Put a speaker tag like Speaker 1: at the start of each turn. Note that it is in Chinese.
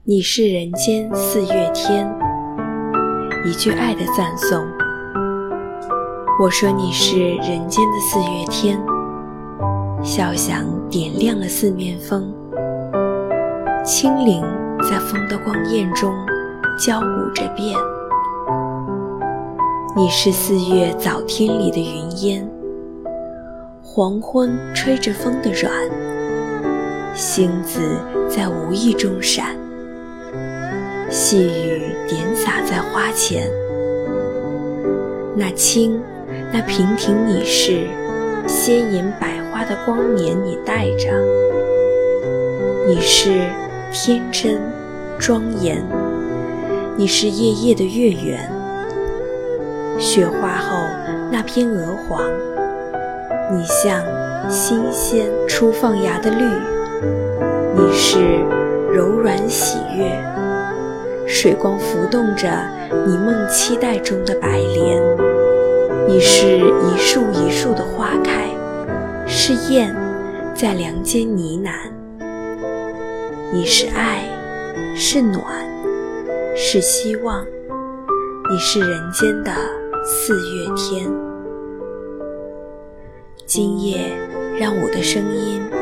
Speaker 1: 你是人间四月天，一句爱的赞颂。我说你是人间的四月天，笑响点亮了四面风，轻灵在风的光焰中交舞着变。你是四月早天里的云烟，黄昏吹着风的软，星子在无意中闪，细雨点洒在花前。那清那平庭你是，鲜艳百花的光冕你带着。你是天真庄严，你是夜夜的月圆，雪化后那片鹅黄，你像新鲜初放芽的绿。你是柔软喜悦，水光浮动着你梦期待中的白莲。你是一树一树的花开，是燕在梁间呢喃。你是爱，是暖，是希望，你是人间的四月天。今夜让我的声音